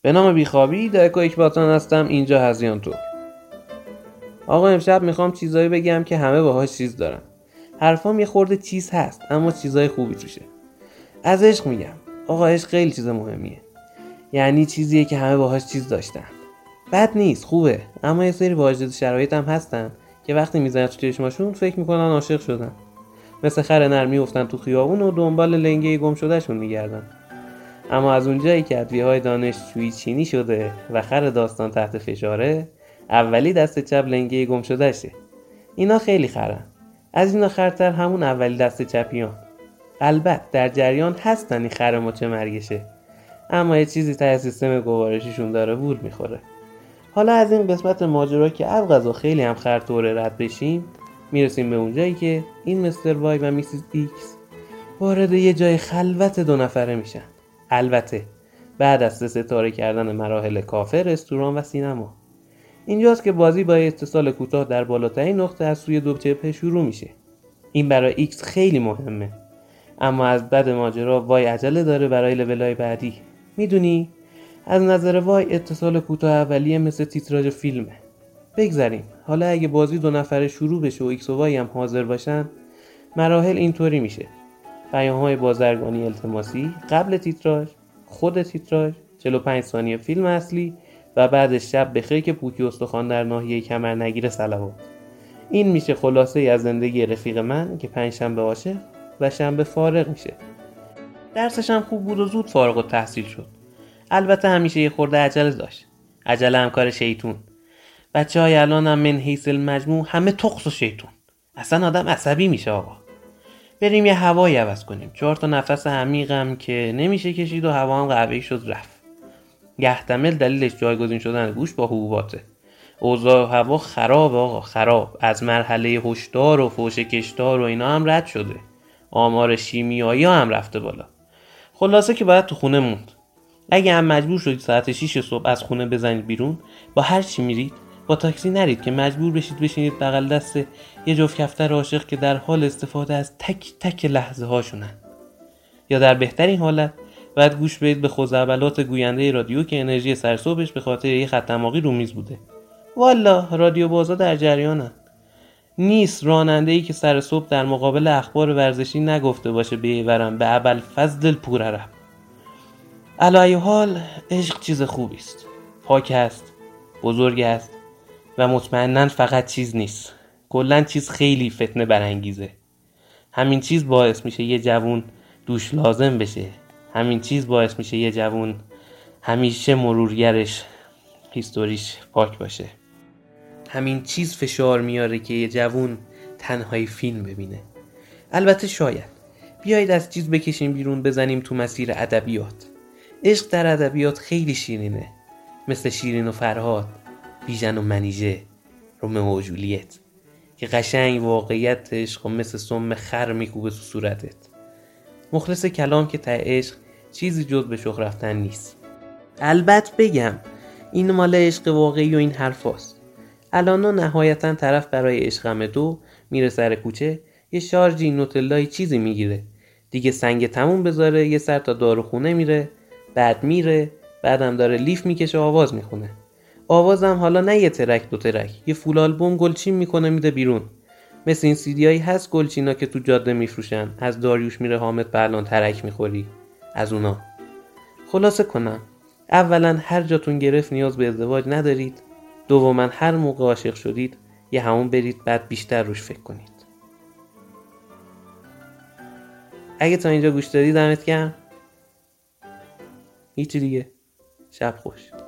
به نام بیخوابی دایکو اکباتان هستم، اینجا هزیان تو. آقا امشب میخوام چیزایی بگم که همه باهاش چیز دارن. حرفام یه خورده چیز هست اما چیزای خوبی توشه. از عشق میگم. آقا عشق خیلی چیز مهمیه. یعنی چیزیه که همه باهاش چیز داشتن. بد نیست، خوبه، اما یه سری واجد شرایط هم هستن که وقتی میزنن تو چشماشون فکر میکنن عاشق شدن. مثل خر نر میافتن تو خیابون و دنبال لنگه گم شدهشون میگردن. اما از اونجایی که ادویه‌های دانشجویی چینی شده و خر داستان تحت فشاره، اولی دست چپ لنگه گم شدهشه. اینا خیلی خرن. از اینا خرتر همون اولی دست چپیان. البته در جریان هستن این خر مچ مرگشه، اما یه چیزی ته سیستم گوارشیشون داره وول میخوره. حالا از این قسمت ماجرا که الغذا خیلی هم خرطوره رد بشیم، میرسیم به اونجایی که این مستر وای و میسیز ایکس وارد یه جای خلوت دو نفره میشن. البته بعد از 3 ستاره کردن مراحل کافه، رستوران و سینما. اینجاست که بازی با اتصال کوتاه در بالاترین نقطه از سوی دو جبهه شروع میشه. این برای ایکس خیلی مهمه، اما از بعد ماجرا وای عجله داره برای لولای بعدی. میدونی از نظر وای اتصال کوتاه اولیه مثل تیتراژ فیلمه. بگذاریم حالا اگه بازی 2 نفره شروع بشه و ایکس و وای هم حاضر باشن، مراحل اینطوری میشه: پیام‌های بازرگانی التماسی قبل تیتراژ، خود تیتراژ، 45 ثانیه فیلم اصلی و بعدش شب بخیر که پوکی استخوان در ناحیه کمر نگیره صلوات. این میشه خلاصه از زندگی رفیق من که 5 شنبه عاشق و شنبه فارغ میشه. درسش هم خوب بود و زود فارغ التحصیل شد. البته همیشه یه خورده عجله داشت. عجله هم کار شیطون. بچه‌های الان هم من حیث المجموع همه تخس و شیطون. اصلا آدم عصبی میشه آقا. بریم یه هوایی عوض کنیم. 4 تا نفس عمیقم که نمیشه کشید و هوا هم قهوه‌ای شد رفت. یحتمل دلیلش جایگزین شدن گوش با حبوباته. اوضاع هوا خراب آقا، خراب. از مرحله هشدار و فوشکشدار و اینا هم رد شده. آمار شیمیایی هم رفته بالا. خلاصه که باید تو خونه موند. اگه هم مجبور شدید ساعت 6 صبح از خونه بزنید بیرون، با هر چی میرید، با تاکسی نرید که مجبور بشید بشینید بغل دست یه جفت کفتر عاشق که در حال استفاده از تک تک لحظه هاشونن. یا در بهترین حالت باید گوش بدید به خزعبلات گوینده رادیو که انرژی سرصبحش به خاطر یه خط دماغی رو میز بوده. والا رادیو بازا در جریانن. نیست راننده‌ای که سر صبح در مقابل اخبار ورزشی نگفته باشه بیورم به ابوالفضل الپورعرب. علی حال عشق چیز خوبی است. پاک است، بزرگ است و مطمئناً فقط چیز نیست. کلاً چیز خیلی فتنه برانگیزه. همین چیز باعث میشه یه جوون دوش لازم بشه. همین چیز باعث میشه یه جوون همیشه مرورگرش هیستوریش پاک باشه. همین چیز فشار میاره که یه جوون تنهایی فیلم ببینه. البته شاید بیایید از چیز بکشیم بیرون، بزنیم تو مسیر ادبیات. عشق در ادبیات خیلی شیرینه، مثل شیرین و فرهاد، بیژن و منیژه، رومئو و جولیت، که قشنگ واقعیت عشق مثل سم خر میکوبه تو صورتت. مخلص کلام که ته عشق چیزی جز به شوخ رفتن نیست. البته بگم این مال عشق واقعی و این حرفاست. الان نهایتا طرف برای عشقم 2 میره سر کوچه، یه شارژی نوتلای چیزی میگیره، دیگه سنگ تموم بذاره، یه سر تا داروخونه میره، بعد میره، بعدم داره لیف میکشه آواز میخونه. آوازم حالا نه یه ترک 2 ترک، یه فول آلبوم گلچین میکنه میده بیرون. مثل این سیدیایی هست گلچینا که تو جاده میفروشن، از داریوش میره حامد پهلوان ترک میخوری، از اونا. خلاصه کنم، اولا هر جاتون گرفت نیاز به ازدواج ندارید. دوما هر موقع عاشق شدید یه همون برید، بعد بیشتر روش فکر کنید. اگه تا اینجا گوش دادید دمت گرم. هیچی دیگه. شب خوش.